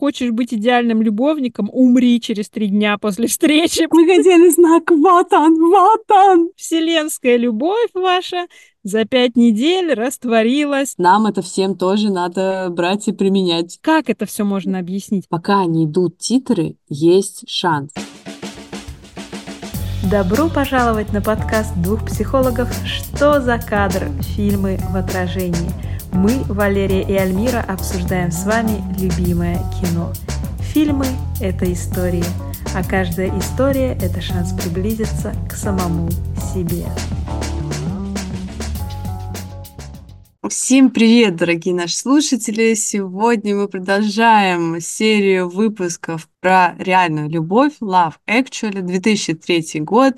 Хочешь быть идеальным любовником? Умри через 3 дня после встречи. Мы хотели знак. Вот он, вот он. Вселенская любовь ваша за 5 недель растворилась. Нам это всем тоже надо брать и применять. Как это все можно объяснить? Пока не идут титры, есть шанс. Добро пожаловать на подкаст двух психологов «Что за кадр? Фильмы в отражении». Мы, Валерия и Альмира, обсуждаем с вами любимое кино. Фильмы – это истории, а каждая история – это шанс приблизиться к самому себе. Всем привет, дорогие наши слушатели! Сегодня мы продолжаем серию выпусков про реальную любовь Love Actually, 2003 год.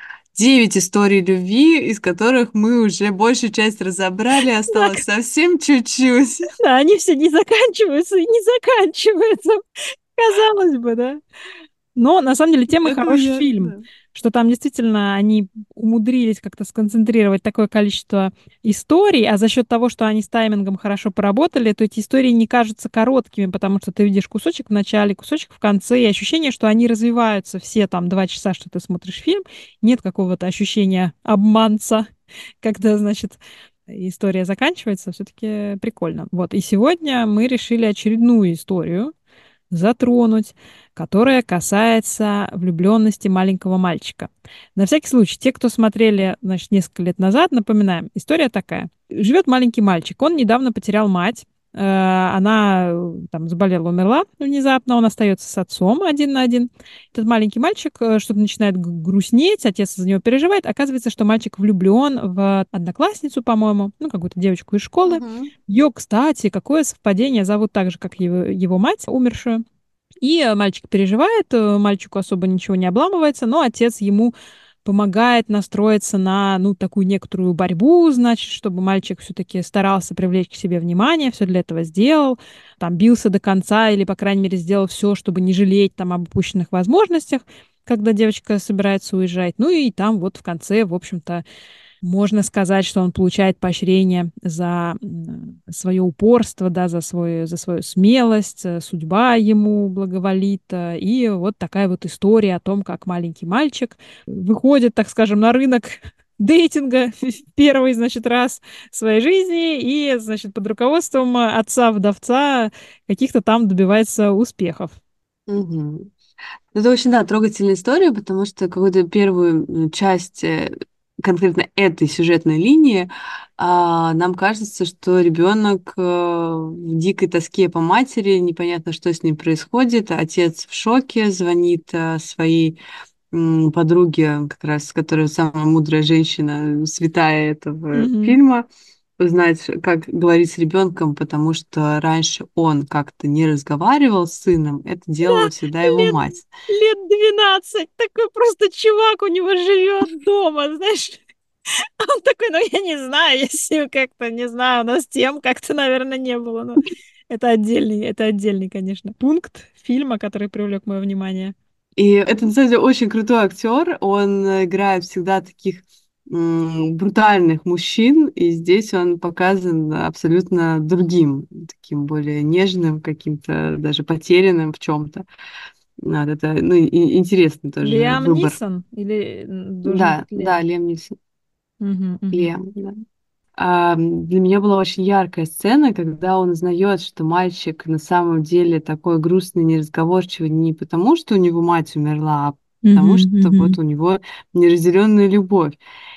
9 историй любви, из которых мы уже большую часть разобрали, осталось совсем чуть-чуть. Да, они все не заканчиваются и не заканчиваются, казалось бы, да. Но на самом деле тем и Это хорош верно, фильм, да. что там действительно они умудрились как-то сконцентрировать такое количество историй, а за счет того, что они с таймингом хорошо поработали, то эти истории не кажутся короткими, потому что ты видишь кусочек в начале, кусочек в конце, и ощущение, что они развиваются все там 2 часа, что ты смотришь фильм, нет какого-то ощущения обманца, когда, значит, история заканчивается, все-таки прикольно. Вот, и сегодня мы решили очередную историю затронуть, которая касается влюбленности маленького мальчика. На всякий случай, те, кто смотрели, значит, несколько лет назад, напоминаем, история такая. Живет маленький мальчик, он недавно потерял мать, она там заболела, умерла внезапно, он остается с отцом один на один. Этот маленький мальчик что-то начинает грустнеть, отец за него переживает. Оказывается, что мальчик влюблен в одноклассницу, по-моему, ну, какую-то девочку из школы. Мгм. Ее, кстати, какое совпадение, зовут так же, как его мать, умершую. И мальчик переживает, мальчику особо ничего не обламывается, но отец ему помогает настроиться на, ну, такую некоторую борьбу, значит, чтобы мальчик все-таки старался привлечь к себе внимание, все для этого сделал, там, бился до конца или, по крайней мере, сделал все, чтобы не жалеть там об упущенных возможностях, когда девочка собирается уезжать. Ну и там вот в конце, в общем-то, можно сказать, что он получает поощрение за свое упорство, да, за свою смелость, судьба ему благоволит. И вот такая вот история о том, как маленький мальчик выходит, так скажем, на рынок дейтинга в первый, значит, раз в своей жизни и, значит, под руководством отца-вдовца каких-то там добивается успехов. Мгм. Это очень, да, трогательная история, потому что какую-то первую часть конкретно этой сюжетной линии нам кажется, что ребенок в дикой тоске по матери, непонятно, что с ним происходит. Отец в шоке, звонит своей подруге, как раз, которая самая мудрая женщина, святая этого Мгм. фильма, узнать, как говорить с ребенком, потому что раньше он как-то не разговаривал с сыном, это делала всегда его Лет, мать. лет 12. Такой просто чувак у него живет дома, знаешь. Он такой, ну, я не знаю, я с ним как-то, не знаю, у нас тем как-то, наверное, не было. Но это отдельный, конечно, пункт фильма, который привлек мое внимание. И это, на самом деле, очень крутой актер. Он играет всегда таких брутальных мужчин, и здесь он показан абсолютно другим, таким более нежным, каким-то даже потерянным в чем-то. Вот это, ну, и интересный тоже Лиам выбор. Нисон или должен Да, быть да, Лиам? Лем Нисон. Мгм, мгм. Лем, да. Для меня была очень яркая сцена, когда он узнает, что мальчик на самом деле такой грустный, неразговорчивый не потому, что у него мать умерла, а потому Мгм, что вот мгм. у него неразделенная любовь.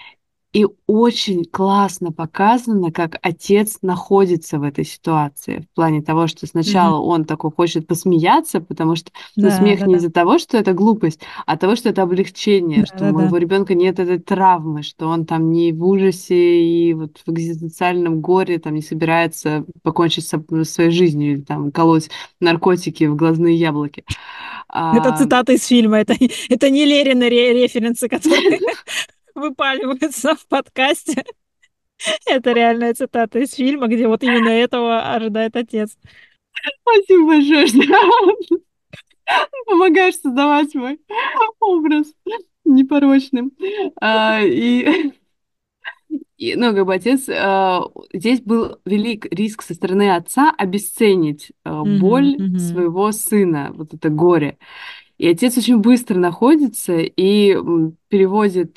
И очень классно показано, как отец находится в этой ситуации. В плане того, что Мгм. сначала он такой хочет посмеяться, потому что ну, Да, смех да, не да. из-за того, что это глупость, а того, что это облегчение, Да, что у да, да. моего ребенка нет этой травмы, что он там не в ужасе и вот в экзистенциальном горе там не собирается покончить своей жизнью или там колоть наркотики в глазные яблоки. Это А, цитата из фильма, это не Лерины референсы, которые выпаливаются в подкасте. Это реальная цитата из фильма, где вот именно этого ожидает отец. Спасибо большое, что помогаешь создавать мой образ непорочным. И И, ну, как бы отец, здесь был велик риск со стороны отца обесценить Мгм, боль мгм. своего сына, вот это горе. И отец очень быстро находится и переводит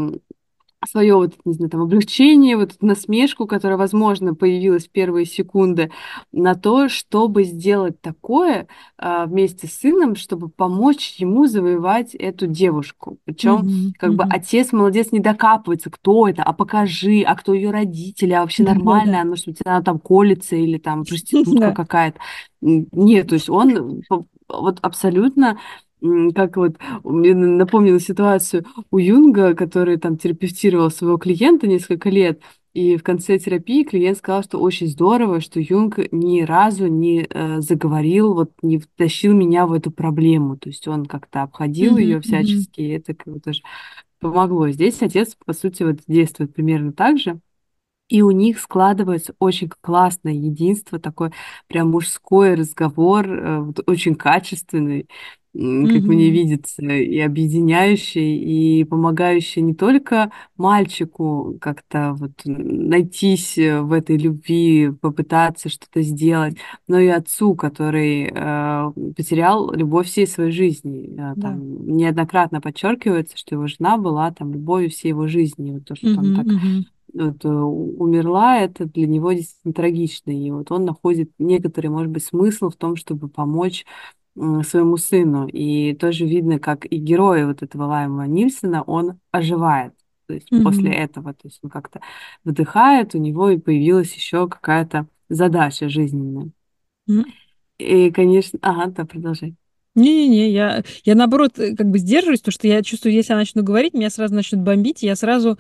свое вот, не знаю, там, облегчение, вот эту насмешку, которая, возможно, появилась в первые секунды, на то, чтобы сделать такое вместе с сыном, чтобы помочь ему завоевать эту девушку. Причем, Мгм, как бы мгм. отец молодец, не докапывается, кто это, а покажи, а кто ее родители, а вообще Да-да-да. нормально, а может быть, она там колется или там проститутка Да. какая-то. Нет, то есть он вот абсолютно как вот мне напомнила ситуацию у Юнга, который там терапевтировал своего клиента несколько лет, и в конце терапии клиент сказал, что очень здорово, что Юнг ни разу не заговорил, вот не втащил меня в эту проблему. То есть он как-то обходил Мгм, ее мгм. всячески, и это как бы тоже помогло. Здесь отец, по сути, вот действует примерно так же. И у них складывается очень классное единство, такой прям мужской разговор, вот очень качественный, как мне Мгм. видится, и объединяющий, и помогающий не только мальчику как-то вот найтись в этой любви, попытаться что-то сделать, но и отцу, который потерял любовь всей своей жизни. Да. Там неоднократно подчеркивается, что его жена была там любовью всей его жизни. Вот то, что Мгм, он так мгм. вот, умерла, это для него действительно трагично. И вот он находит некоторый, может быть, смысл в том, чтобы помочь своему сыну. И тоже видно, как и герой вот этого Лайма Нильсона, он оживает. То есть после Мгм. этого, то есть он как-то выдыхает, у него и появилась еще какая-то задача жизненная. М. И, конечно, ага, да, продолжай. Не-не-не, я наоборот, как бы сдерживаюсь, потому что я чувствую, если я начну говорить, меня сразу начнут бомбить, и я сразу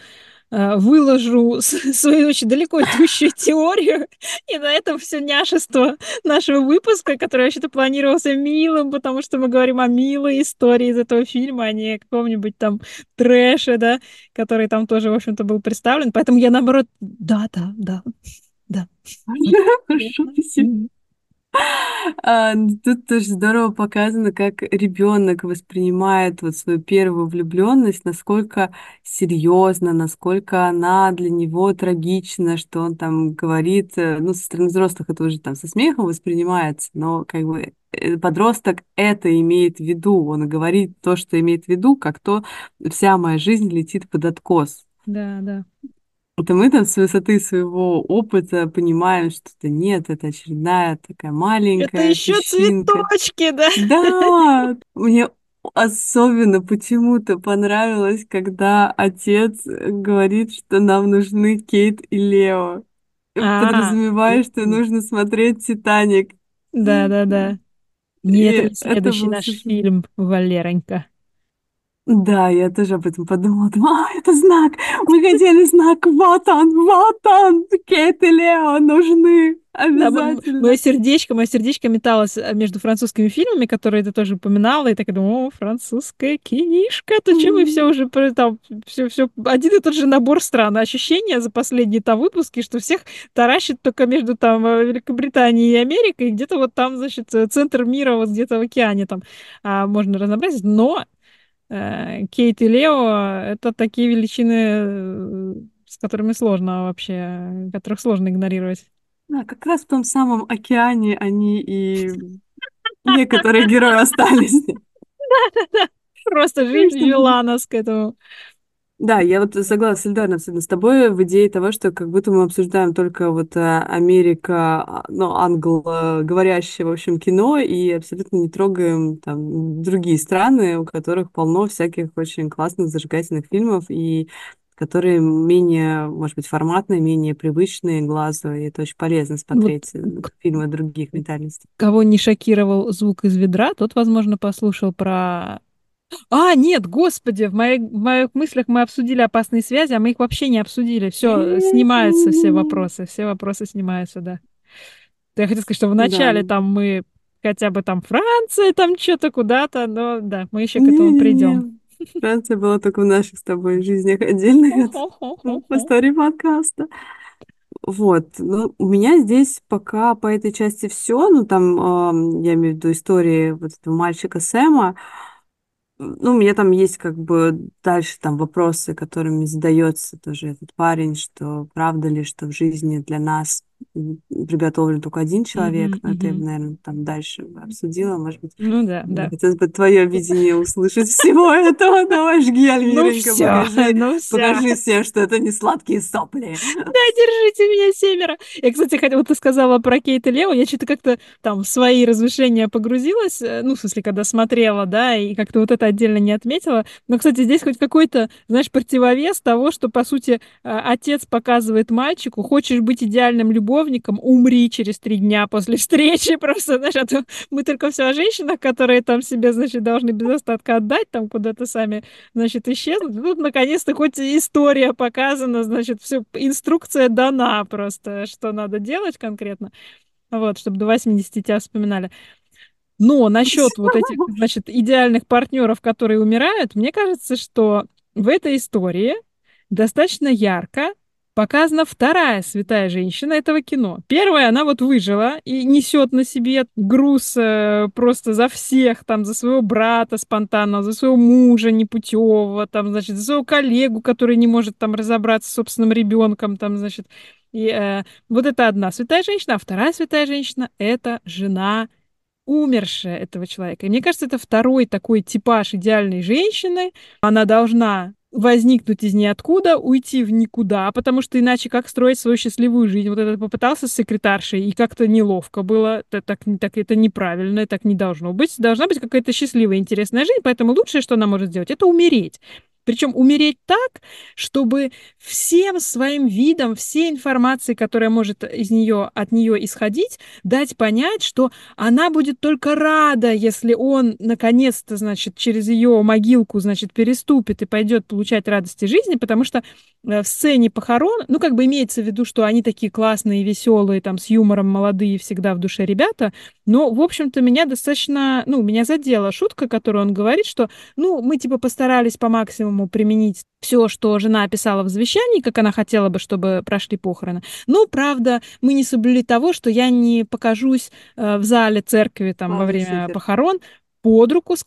выложу свою очень далеко идущую теорию, и на этом все няшество нашего выпуска, который вообще-то планировался милым, потому что мы говорим о милой истории из этого фильма, а не о каком-нибудь там трэше, да, который там тоже, в общем-то, был представлен. Поэтому я наоборот, да, да, Хорошо, абсолютно. спасибо. Тут тоже здорово показано, как ребенок воспринимает вот свою первую влюбленность, насколько серьезно, насколько она для него трагична, что он там говорит, ну, со стороны взрослых это уже там со смехом воспринимается, но как бы подросток это имеет в виду, он говорит то, что имеет в виду, как то вся моя жизнь летит под откос. Да, да. Это мы там с высоты своего опыта понимаем, что это нет, это очередная такая Это маленькая еще песчинка. цветочки, да? Да, мне особенно почему-то понравилось, когда отец говорит, что нам нужны Кейт и Лео, А, подразумевая, что нужно смотреть «Титаник». да-да-да. Не это И ли это следующий был наш совершенно... фильм, Валеронька? Да, я тоже об этом подумала. Думала, это знак! Мы хотели знак! Вот он! Кейт и Лео нужны! Да, Обязательно! мое сердечко металось между французскими фильмами, которые ты тоже упоминала, и так я думаю, о, французская кинишка, то чем мы все М. уже там, все один и тот же набор стран. Ощущение за последние там выпуски, что всех таращит только между там Великобританией и Америкой, и где-то вот там, значит, центр мира вот где-то в океане там можно разнообразить, но Кейт и Лео — это такие величины, с которыми сложно вообще, которых сложно игнорировать. Да, как раз в том самом океане они и некоторые герои остались. Просто Ну, жизнь чтобы вела нас к этому. да, я вот согласна, солидарна абсолютно с тобой в идее того, что как будто мы обсуждаем только вот Америка, ну, англоговорящее, в общем, кино, и абсолютно не трогаем там другие страны, у которых полно всяких очень классных, зажигательных фильмов, и которые менее, может быть, форматные, менее привычные глазу, и это очень полезно Вот смотреть фильмы других ментальностей. кого не шокировал звук из ведра, тот, возможно, послушал про... Нет, господи, в моих мыслях мы обсудили опасные связи, а мы их вообще не обсудили. Все, снимаются все вопросы снимаются, да. Я хотела сказать, что Да. вначале там мы хотя бы там Франция, там что-то куда-то, но да, мы еще к этому придем. Не-не-не. Франция была только в наших с тобой жизнях отдельных, это по Хо-хо-хо-хо-хо. истории подкаста. Вот, ну, у меня здесь пока по этой части все, ну, там, я имею в виду истории вот этого мальчика Сэма, Ну, у меня там есть как бы дальше там вопросы, которыми задается тоже этот парень, что правда ли, что в жизни для нас приготовлен только один человек, Мгм, но это я бы, мгм. наверное, там дальше бы обсудила, может быть, Ну да, да. хотелось бы твое видение услышать всего этого. Давай, жги, Ну Альмиренька, все, покажи, ну все. покажи всем, что это не сладкие сопли. Да, держите меня, семеро. Я, кстати, хотела, вот ты сказала про Кейт и Лео, я что-то как-то там в свои размышления погрузилась, ну, в смысле, когда смотрела, да, и как-то вот это отдельно не отметила. Но, кстати, здесь хоть какой-то, знаешь, противовес того, что, по сути, отец показывает мальчику: хочешь быть идеальным любовником — умри через 3 дня после встречи. Просто, знаешь, а то мы только все о женщинах, которые там себе, значит, должны без остатка отдать, там куда-то сами, значит, исчезнуть. Тут, наконец-то, хоть и история показана, значит, все, инструкция дана просто, что надо делать конкретно, вот, чтобы до 80 тебя вспоминали. Но насчет вот этих, значит, идеальных партнеров, которые умирают, мне кажется, что в этой истории достаточно ярко показана вторая святая женщина этого кино. Первая, она вот выжила и несет на себе груз просто за всех, там, за своего брата спонтанного, за своего мужа непутевого, там, значит, за своего коллегу, который не может там разобраться с собственным ребенком, там, значит. И вот это одна святая женщина, а вторая святая женщина — это жена умершая этого человека. И мне кажется, это второй такой типаж идеальной женщины. Она должна возникнуть из ниоткуда, уйти в никуда, потому что иначе как строить свою счастливую жизнь? Вот это попытался с секретаршей, и как-то неловко было, так это неправильно, так не должно быть. Должна быть какая-то счастливая, интересная жизнь, поэтому лучшее, что она может сделать, это умереть. Причем умереть так, чтобы всем своим видом, всей информацией, которая может из нее, от нее исходить, дать понять, что она будет только рада, если он наконец-то, значит, через ее могилку, значит, переступит и пойдет получать радости жизни, потому что в сцене похорон, ну, как бы имеется в виду, что они такие классные, веселые, там, с юмором, молодые, всегда в душе ребята, но, в общем-то, меня достаточно, ну, меня задела шутка, которую он говорит, что, ну, мы, типа, постарались по максимуму применить все, что жена описала в завещании, как она хотела бы, чтобы прошли похороны. Но, правда, мы не соблюли того, что я не покажусь в зале церкви там во Клаудия время Шифер. похорон под руку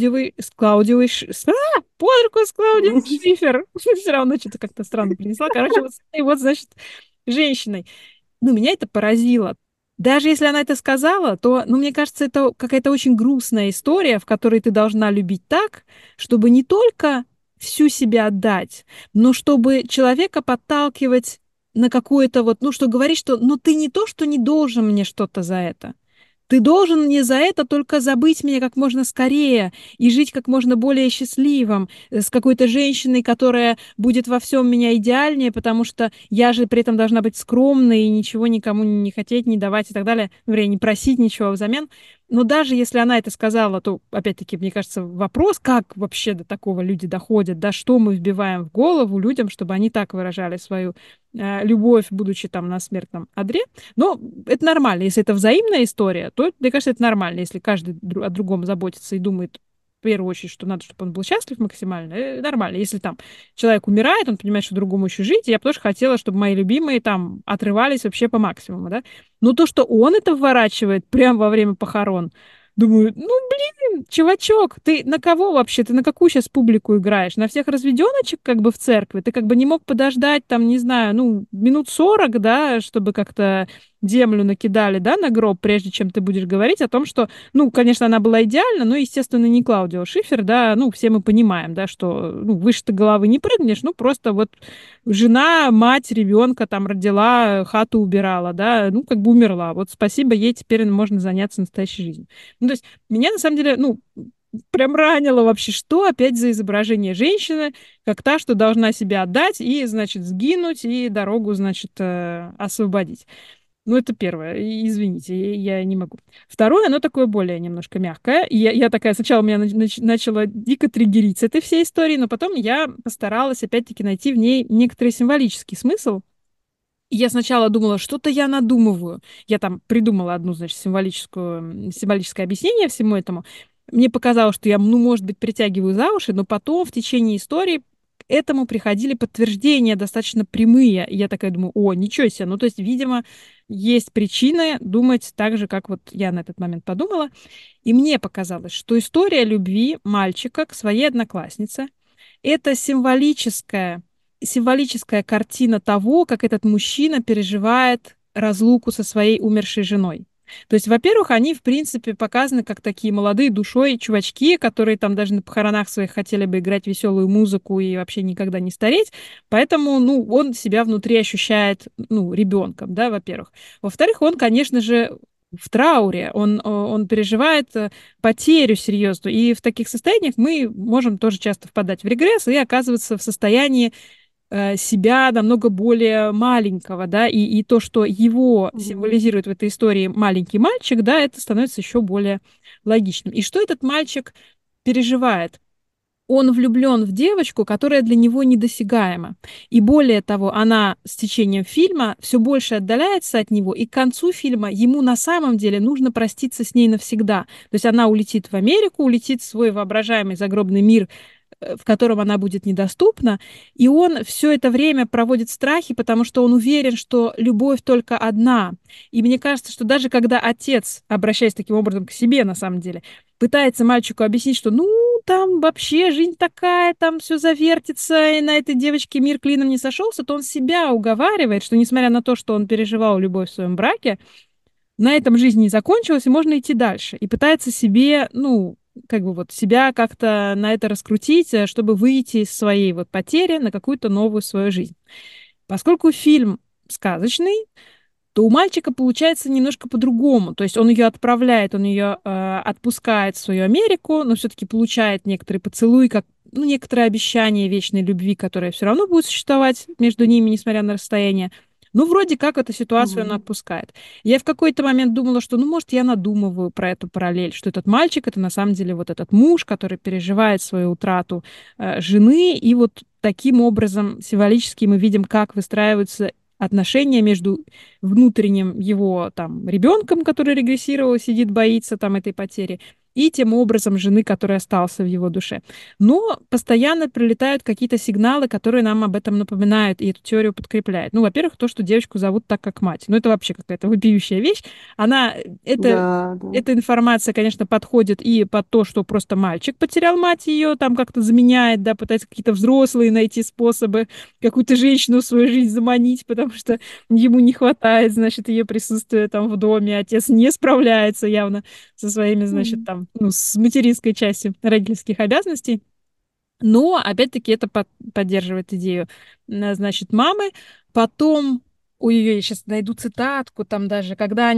под руку с Клаудией Шифер. Все равно что-то как-то странно принесла. Короче, вот, и вот, значит, женщиной. Ну, меня это поразило. Даже если она это сказала, то, ну, мне кажется, это какая-то очень грустная история, в которой ты должна любить так, чтобы не только всю себя отдать, но чтобы человека подталкивать на какое-то вот, ну, что говорить, что, ну, ты не то, что не должен мне что-то за это. Ты должен мне за это только забыть меня как можно скорее и жить как можно более счастливым, с какой-то женщиной, которая будет во всем меня идеальнее, потому что я же при этом должна быть скромной и ничего никому не хотеть, не давать и так далее, ну, вернее, не просить ничего взамен. Но даже если она это сказала, то, опять-таки, мне кажется, вопрос, как вообще до такого люди доходят, да, что мы вбиваем в голову людям, чтобы они так выражали свою любовь, будучи там на смертном одре. Но это нормально. Если это взаимная история, то, мне кажется, это нормально. Если каждый о другом заботится и думает в первую очередь, что надо, чтобы он был счастлив максимально, нормально. Если там человек умирает, он понимает, что другому еще жить, и я бы тоже хотела, чтобы мои любимые там отрывались вообще по максимуму, да. Но то, что он это вворачивает прямо во время похорон, думаю, ну, блин, чувачок, ты на кого вообще? Ты на какую сейчас публику играешь? На всех разведеночек как бы в церкви? Ты как бы не мог подождать там, не знаю, ну, минут 40, да, чтобы как-то землю накидали, да, на гроб, прежде чем ты будешь говорить о том, что, ну, конечно, она была идеальна, но, естественно, не Клаудио Шифер, да, ну, все мы понимаем, да, что, ну, выше ты головы не прыгнешь, ну, просто вот жена, мать ребенка там родила, хату убирала, да, ну, как бы умерла. Вот спасибо ей, теперь можно заняться настоящей жизнью. Ну, то есть меня, на самом деле, ну, прям ранило вообще, что опять за изображение женщины, как та, что должна себя отдать и, значит, сгинуть и дорогу, значит, освободить. Ну, это первое. Извините, я не могу. Второе, оно такое более немножко мягкое. И я такая, сначала меня начала дико триггерить с этой всей историей, но потом я постаралась, опять-таки, найти в ней некоторый символический смысл. И я сначала думала, что-то я надумываю. Я там придумала одну, значит, символическое объяснение всему этому. Мне показалось, что я, ну, может быть, притягиваю за уши, но потом в течение истории этому приходили подтверждения достаточно прямые. И я такая думаю, о, ничего себе. Ну, то есть, видимо, есть причины думать так же, как вот я на этот момент подумала. И мне показалось, что история любви мальчика к своей однокласснице — это символическая картина того, как этот мужчина переживает разлуку со своей умершей женой. То есть, во-первых, они, в принципе, показаны как такие молодые душой чувачки, которые там даже на похоронах своих хотели бы играть веселую музыку и вообще никогда не стареть. Поэтому, ну, он себя внутри ощущает, ну, ребенком, да, во-первых. Во-вторых, он, конечно же, в трауре, он переживает потерю серьезную. И в таких состояниях мы можем тоже часто впадать в регресс и оказываться в состоянии себя намного более маленького, да, и то, что его Мгм. символизирует в этой истории маленький мальчик, да, это становится еще более логичным. И что этот мальчик переживает? Он влюблен в девочку, которая для него недосягаема. И более того, она с течением фильма все больше отдаляется от него, и к концу фильма ему на самом деле нужно проститься с ней навсегда. То есть она улетит в Америку, улетит в свой воображаемый загробный мир, в котором она будет недоступна, и он все это время проводит в страхе, потому что он уверен, что любовь только одна. И мне кажется, что даже когда отец, обращаясь таким образом к себе на самом деле, пытается мальчику объяснить, что ну, там вообще жизнь такая, там все завертится, и на этой девочке мир клином не сошелся, то он себя уговаривает, что несмотря на то, что он переживал любовь в своем браке, на этом жизнь не закончилась, и можно идти дальше. И пытается себе, ну, как бы вот себя как-то на это раскрутить, чтобы выйти из своей вот потери на какую-то новую свою жизнь. Поскольку фильм сказочный, то у мальчика получается немножко по-другому. То есть он ее отправляет, он ее отпускает в свою Америку, но все-таки получает некоторый поцелуй, как ну, некоторое обещание вечной любви, которое все равно будет существовать между ними, несмотря на расстояние. Ну, вроде как эту ситуацию он Мгм. отпускает. Я в какой-то момент думала, что, ну, может, я надумываю про эту параллель, что этот мальчик — это на самом деле вот этот муж, который переживает свою утрату жены, и вот таким образом символически мы видим, как выстраиваются отношения между внутренним его там ребенком, который регрессировал, сидит, боится там этой потери, и тем образом жены, который остался в его душе. Но постоянно прилетают какие-то сигналы, которые нам об этом напоминают и эту теорию подкрепляют. Ну, во-первых, то, что девочку зовут так, как мать. Ну, это вообще какая-то вопиющая вещь. Она, Да, да. эта информация, конечно, подходит и под то, что просто мальчик потерял мать, ее там как-то заменяет, да, пытается какие-то взрослые найти способы какую-то женщину в свою жизнь заманить, потому что ему не хватает, значит, ее присутствия там в доме, отец не справляется явно со своими, значит, Мгм. там, ну, с материнской частью родительских обязанностей. Но, опять-таки, это поддерживает идею, значит, мамы. Потом, ой-ой-ой, я сейчас найду цитатку, там даже,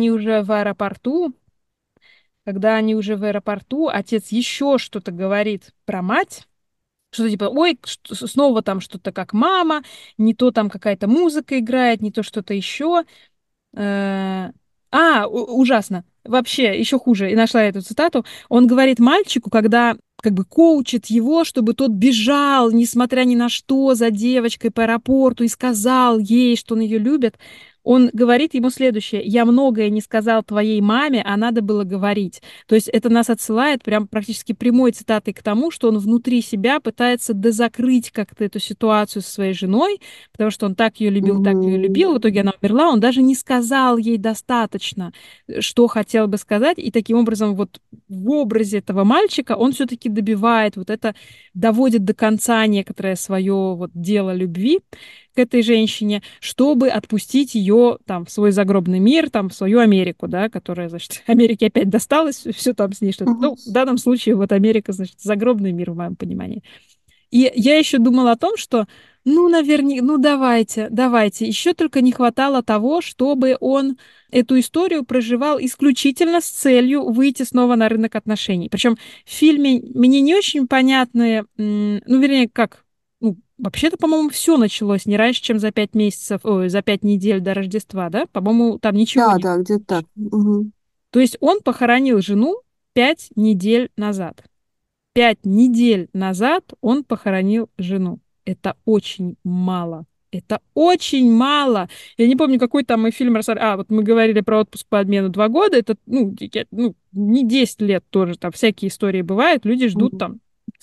когда они уже в аэропорту, отец еще что-то говорит про мать, что типа, ой, снова там что-то как мама, не то там какая-то музыка играет, не то что-то еще. Э, ужасно. Вообще, еще хуже. И нашла эту цитату. Он говорит мальчику, когда как бы коучит его, чтобы тот бежал, несмотря ни на что, за девочкой по аэропорту и сказал ей, что он ее любит. Он говорит ему следующее: «Я многое не сказал твоей маме, а надо было говорить». То есть это нас отсылает прям практически прямой цитатой к тому, что он внутри себя пытается дозакрыть как-то эту ситуацию со своей женой, потому что он так ее Мгм. любил, в итоге она умерла, он даже не сказал ей достаточно, что хотел бы сказать, и таким образом вот в образе этого мальчика он все-таки добивает вот это, доводит до конца некоторое свое вот дело любви к этой женщине, чтобы отпустить ее там в свой загробный мир, там в свою Америку, да, которая, значит, Америке опять досталось, все там с ней что-то. Мгм. Ну, в данном случае вот Америка, значит, загробный мир в моем понимании. И я еще думала о том, что, ну, наверное, ну, давайте. Еще только не хватало того, чтобы он эту историю проживал исключительно с целью выйти снова на рынок отношений. Причем в фильме мне не очень понятны, ну, вернее, как, ну, вообще-то, по-моему, все началось не раньше, чем за 5 месяцев, ой, за 5 недель до Рождества, да? По-моему, там ничего Да, не... да, где-то так. Мгм. То есть он похоронил жену 5 недель назад. 5 недель назад он похоронил жену. Это очень мало. Это очень мало. Я не помню, какой там мы фильм рассмотрели. Вот мы говорили про отпуск по обмену 2 года. Это, ну, ну, не 10 лет тоже. Там всякие истории бывают. Люди ждут Мгм. там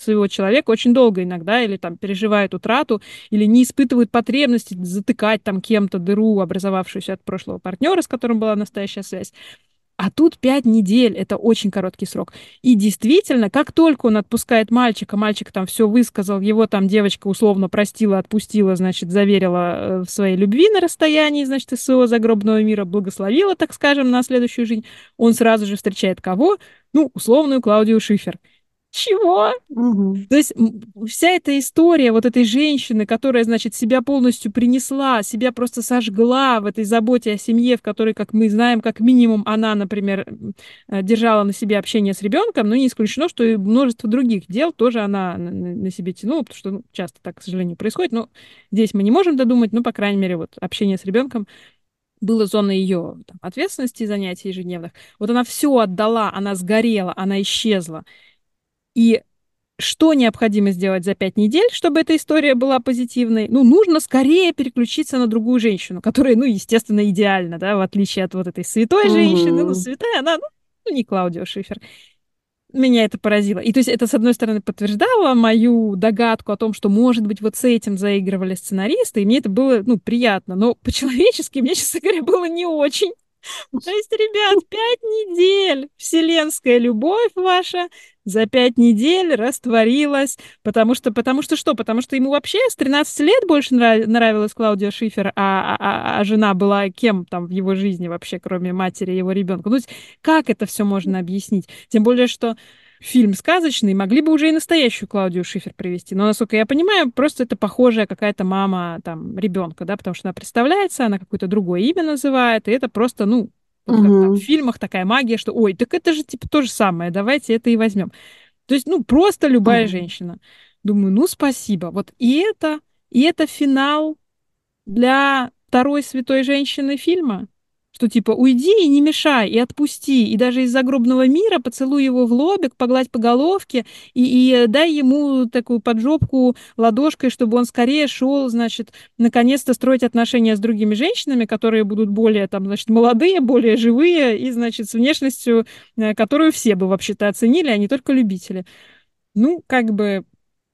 своего человека очень долго иногда, или там переживает утрату, или не испытывают потребности затыкать там кем-то дыру, образовавшуюся от прошлого партнера, с которым была настоящая связь. А тут 5 недель, это очень короткий срок. И действительно, как только он отпускает мальчика, мальчик там все высказал, его там девочка условно простила, отпустила, значит, заверила в своей любви на расстоянии, значит, из своего загробного мира, благословила, так скажем, на следующую жизнь, он сразу же встречает кого? Ну, условную Клаудию Шифер. Чего? Мгм. То есть вся эта история вот этой женщины, которая, значит, себя полностью принесла, себя просто сожгла в этой заботе о семье, в которой, как мы знаем, как минимум она, например, держала на себе общение с ребенком, но не исключено, что и множество других дел тоже она на себе тянула, потому что ну, часто так, к сожалению, происходит. Но здесь мы не можем додумать, но, по крайней мере, вот общение с ребенком было зоной ее там, ответственности и занятий ежедневных. Вот она все отдала, она сгорела, она исчезла. И что необходимо сделать за 5 недель, чтобы эта история была позитивной? Ну, нужно скорее переключиться на другую женщину, которая, ну, естественно, идеальна, да, в отличие от вот этой святой женщины. Ну, Мгм. святая она, ну, не Клаудио Шифер. Меня это поразило. И то есть это, с одной стороны, подтверждало мою догадку о том, что, может быть, вот с этим заигрывали сценаристы, и мне это было, ну, приятно. Но по-человечески мне, честно говоря, было не очень. То есть, ребят, 5 недель вселенская любовь ваша за 5 недель растворилась, потому что что? Потому что ему вообще с 13 лет больше нравилась Клаудия Шифер, а жена была кем там в его жизни вообще, кроме матери и его ребенка. Ну, то есть, как это все можно объяснить? Тем более, что фильм сказочный, могли бы уже и настоящую Клаудию Шифер привести. Но, насколько я понимаю, просто это похожая какая-то мама там ребенка, да, потому что она представляется, она какое-то другое имя называет, и это просто, ну, вот как там в Мгм. фильмах такая магия, что, ой, так это же типа то же самое, давайте это и возьмем. То есть, ну, просто любая Мгм. женщина. Думаю, ну, спасибо. Вот и это финал для второй святой женщины фильма, что типа уйди и не мешай, и отпусти, и даже из загробного мира поцелуй его в лобик, погладь по головке и дай ему такую поджопку ладошкой, чтобы он скорее шел, значит, наконец-то строить отношения с другими женщинами, которые будут более там, значит, молодые, более живые и, значит, с внешностью, которую все бы вообще-то оценили, а не только любители. Ну, как бы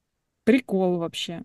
прикол вообще.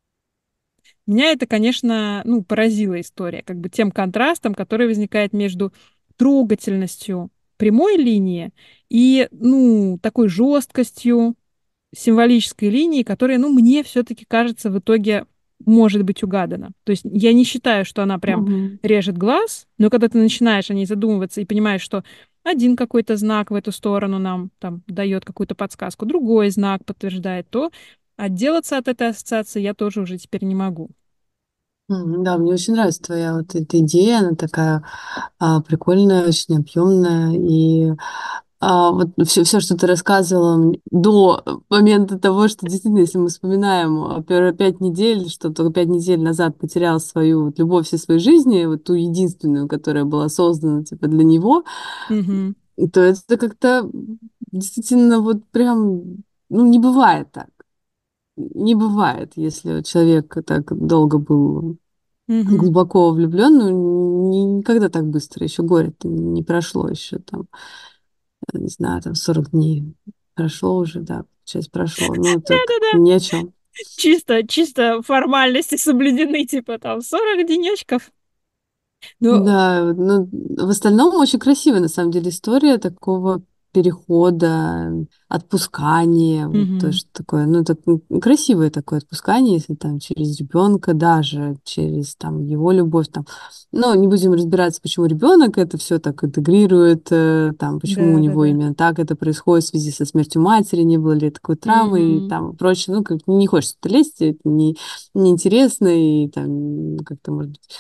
Меня это, конечно, ну, поразила история, как бы тем контрастом, который возникает между трогательностью прямой линии и, ну, такой жесткостью символической линии, которая, ну, мне все-таки кажется в итоге может быть угадана. То есть я не считаю, что она прям Мгм. режет глаз, но когда ты начинаешь о ней задумываться и понимаешь, что один какой-то знак в эту сторону нам там дает какую-то подсказку, другой знак подтверждает, то отделаться от этой ассоциации я тоже уже теперь не могу. Да, мне очень нравится твоя вот эта идея, она такая прикольная, очень объемная. И вот все, что ты рассказывала до момента того, что действительно, если мы вспоминаем первые 5 недель, что только 5 недель назад потерял свою вот любовь всей своей жизни, вот ту единственную, которая была создана типа для него, Мгм. то это как-то действительно вот прям, ну, не бывает так. Не бывает, если человек так долго был Мгм. глубоко влюблен, ну, никогда так быстро, еще горе-то не прошло, еще там, не знаю, там 40 дней прошло уже, да, часть прошло, ну, так Да-да-да. ни о чем. Чисто формальности соблюдены, типа там 40 денечков. Ну, Да, ну, в остальном очень красивая, на самом деле, история такого перехода, отпускания, вот то, мгм. что такое, ну, так, красивое такое отпускание, если там через ребенка, даже через там его любовь, там, но не будем разбираться, почему ребенок это все так интегрирует, там, почему у него Да-да-да. именно так это происходит в связи со смертью матери, не было ли такой травмы и Мгм. там прочее, ну, как не хочется в это лезть, это неинтересно и там как-то, может быть,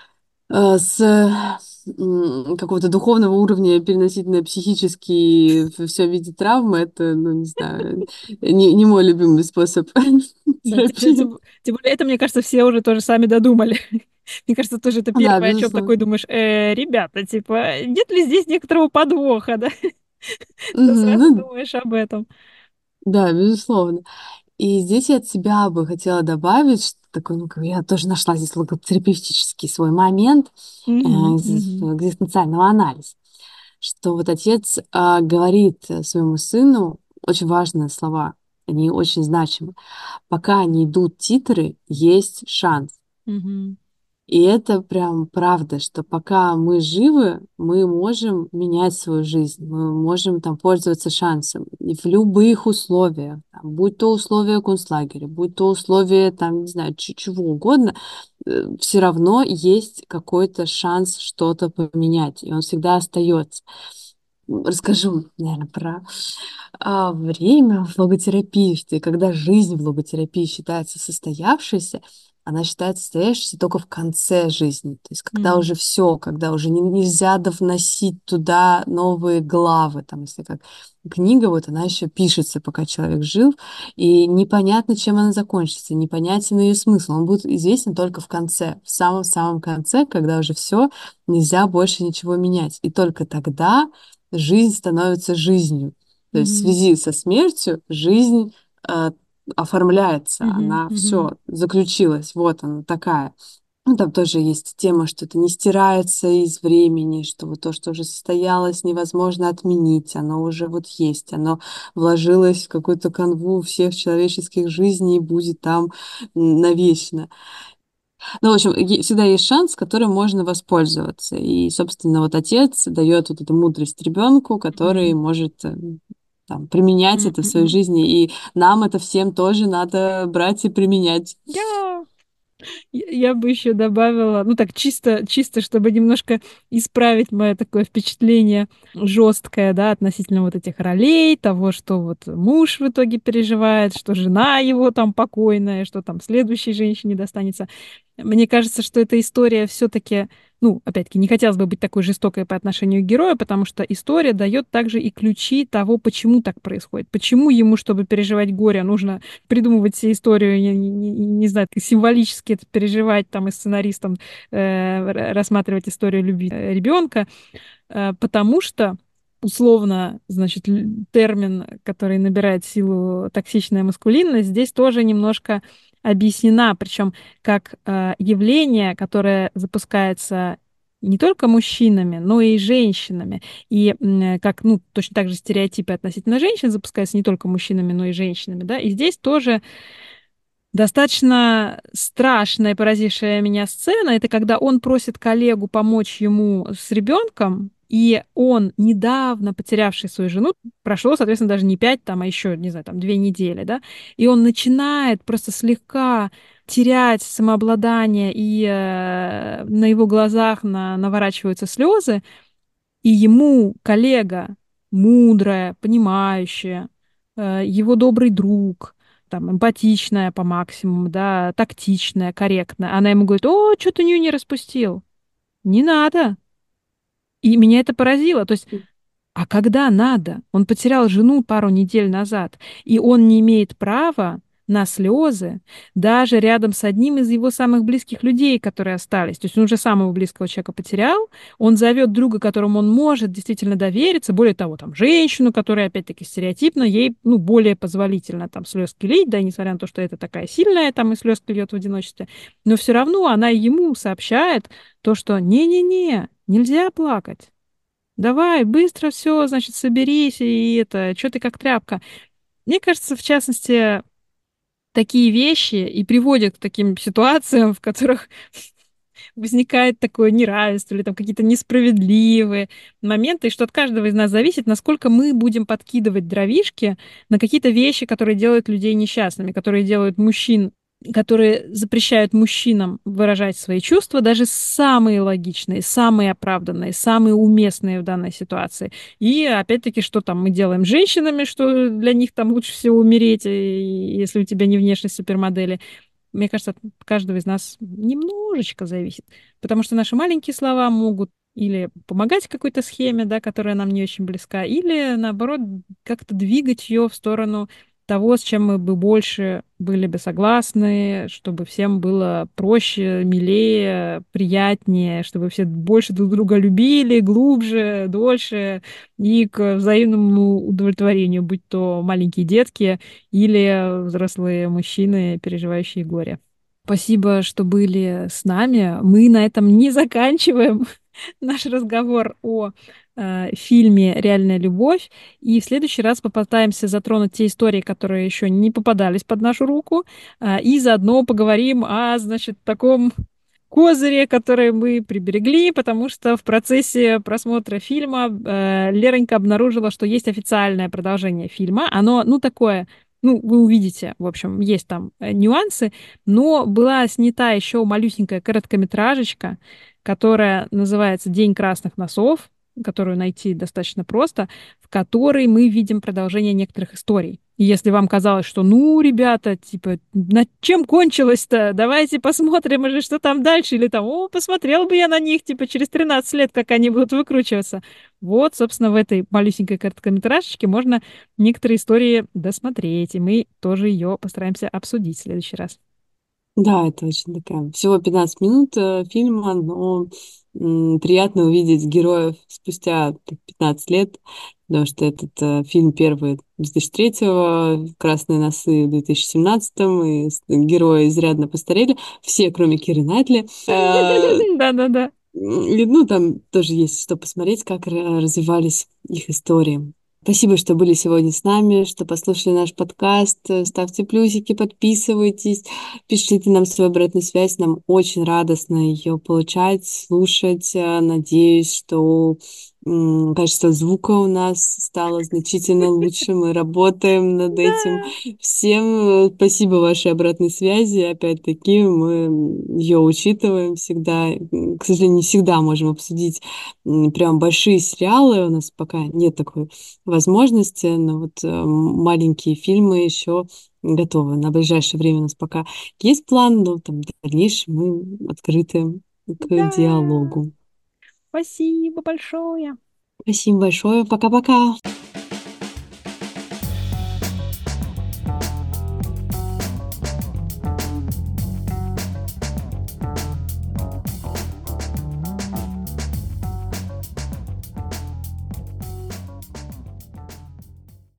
с какого-то духовного уровня переносить на психический все в виде травмы, это, ну, не знаю, не мой любимый способ Да, терапии. тем более это, мне кажется, все уже тоже сами додумали. Мне кажется, тоже это Да, первое, о чем такой безусловно. думаешь, ребята, типа, нет ли здесь некоторого подвоха, да? То Мгм. сразу Ну, думаешь об этом. да, безусловно. И здесь я от себя бы хотела добавить, что такой, ну, как я тоже нашла здесь логотерапевтический свой момент Мгм, из мгм. экзистенциального анализа, что вот отец говорит своему сыну очень важные слова. они очень значимы. Пока не идут титры, есть шанс. Мгм. И это прям правда, что пока мы живы, мы можем менять свою жизнь, мы можем там пользоваться шансом. И в любых условиях, там, будь то условия концлагеря, будь то условия, там, не знаю, чего угодно, все равно есть какой-то шанс что-то поменять, и он всегда остается. Расскажу, наверное, про время в логотерапии, что и когда жизнь в логотерапии считается состоявшейся, она считается состоявшейся только в конце жизни. То есть когда М. уже все, когда уже нельзя довносить туда новые главы. Там, если как книга, вот она еще пишется, пока человек жив, и непонятно, чем она закончится, непонятен ее смысл. Он будет известен только в конце, в самом-самом конце, когда уже все, нельзя больше ничего менять. И только тогда жизнь становится жизнью. То есть в Мгм. связи со смертью жизнь э, оформляется, Мгм. она Мгм. все заключилась, вот она такая. Ну, там тоже есть тема, что это не стирается из времени, что вот то, что уже состоялось, невозможно отменить, оно уже вот есть, оно вложилось в какую-то канву всех человеческих жизней и будет там навечно. Ну, в общем, всегда есть шанс, которым можно воспользоваться. И, собственно, вот отец дает вот эту мудрость ребенку, который Мгм. может там, применять это в своей Мгм. жизни. И нам это всем тоже надо брать и применять. Я я бы еще добавила, ну так чисто, чтобы немножко исправить мое такое впечатление жесткое, да, относительно вот этих ролей, того, что вот муж в итоге переживает, что жена его там покойная, что там следующей женщине достанется. Мне кажется, что эта история все-таки, ну, опять-таки, не хотелось бы быть такой жестокой по отношению к герою, потому что история дает также и ключи того, почему так происходит, почему ему, чтобы переживать горе, нужно придумывать себе историю, не знаю, символически это переживать там и сценаристам рассматривать историю любви ребенка, потому что условно, значит, термин, который набирает силу токсичная маскулинность, здесь тоже немножко объяснена, причем как явление, которое запускается не только мужчинами, но и женщинами. И как, ну, точно так же стереотипы относительно женщин запускаются не только мужчинами, но и женщинами, да. И здесь тоже достаточно страшная, поразившая меня сцена — это когда он просит коллегу помочь ему с ребенком, и он, недавно потерявший свою жену, прошло, соответственно, даже не 5, там, а еще, не знаю, там 2 недели, да, и он начинает просто слегка терять самообладание, и на его глазах наворачиваются слезы, и ему коллега, мудрая, понимающая, его добрый друг, там, эмпатичная по максимуму, да, тактичная, корректная, она ему говорит: о, что ты нюни распустил? Не надо. И меня это поразило. То есть а когда надо? Он потерял жену пару недель назад, и он не имеет права на слезы даже рядом с одним из его самых близких людей, которые остались. То есть он уже самого близкого человека потерял, он зовет друга, которому он может действительно довериться, более того, там, женщину, которая, опять-таки, стереотипно, ей, ну, более позволительно там слезки лить, да, несмотря на то, что это такая сильная, там, и слезки льет в одиночестве, но все равно она ему сообщает то, что не-не-не, нельзя плакать. Давай, быстро все, значит, соберись, и это, что ты как тряпка. Мне кажется, в частности, такие вещи и приводят к таким ситуациям, в которых возникает такое неравенство или там какие-то несправедливые моменты, и что от каждого из нас зависит, насколько мы будем подкидывать дровишки на какие-то вещи, которые делают людей несчастными, которые делают мужчин, которые запрещают мужчинам выражать свои чувства, даже самые логичные, самые оправданные, самые уместные в данной ситуации. И опять-таки, что там мы делаем с женщинами, что для них там лучше всего умереть, если у тебя не внешность супермодели. Мне кажется, от каждого из нас немножечко зависит. Потому что наши маленькие слова могут или помогать какой-то схеме, да, которая нам не очень близка, или, наоборот, как-то двигать ее в сторону того, с чем мы бы больше были бы согласны, чтобы всем было проще, милее, приятнее, чтобы все больше друг друга любили, глубже, дольше и к взаимному удовлетворению, будь то маленькие детки, или взрослые мужчины, переживающие горе. Спасибо, что были с нами. Мы на этом не заканчиваем наш разговор о фильме «Реальная любовь». И в следующий раз попытаемся затронуть те истории, которые еще не попадались под нашу руку, и заодно поговорим о, значит, таком козыре, который мы приберегли, потому что в процессе просмотра фильма Леронька обнаружила, что есть официальное продолжение фильма. Оно, ну, такое, ну, вы увидите, в общем, есть там нюансы, но была снята еще малюсенькая короткометражечка, которая называется «День красных носов», которую найти достаточно просто, в которой мы видим продолжение некоторых историй. И если вам казалось, что, ну, ребята, типа, над чем кончилось-то? Давайте посмотрим уже, что там дальше. Или там, о, посмотрел бы я на них, типа, через 13 лет, как они будут выкручиваться. Вот, собственно, в этой малюсенькой короткометражечке можно некоторые истории досмотреть, и мы тоже ее постараемся обсудить в следующий раз. Да, это очень такая, всего 15 минут фильма, но приятно увидеть героев спустя так, 15 лет, потому что этот фильм первый 2003-го, «Красные носы» в 2017-м, и герои изрядно постарели, все, кроме Киры Найтли. Да-да-да. И, ну, там тоже есть что посмотреть, как развивались их истории. Спасибо, что были сегодня с нами, что послушали наш подкаст. Ставьте плюсики, подписывайтесь, пишите нам свою обратную связь. Нам очень радостно ее получать, слушать. Надеюсь, что качество звука у нас стало значительно лучше. Мы работаем над этим. Да. Всем спасибо вашей обратной связи. Опять-таки, мы ее учитываем всегда. К сожалению, не всегда можем обсудить прям большие сериалы. У нас пока нет такой возможности, но вот маленькие фильмы еще готовы. На ближайшее время у нас пока есть план, но там в дальнейшем мы открыты к Да. диалогу. Спасибо большое. Спасибо большое. Пока-пока.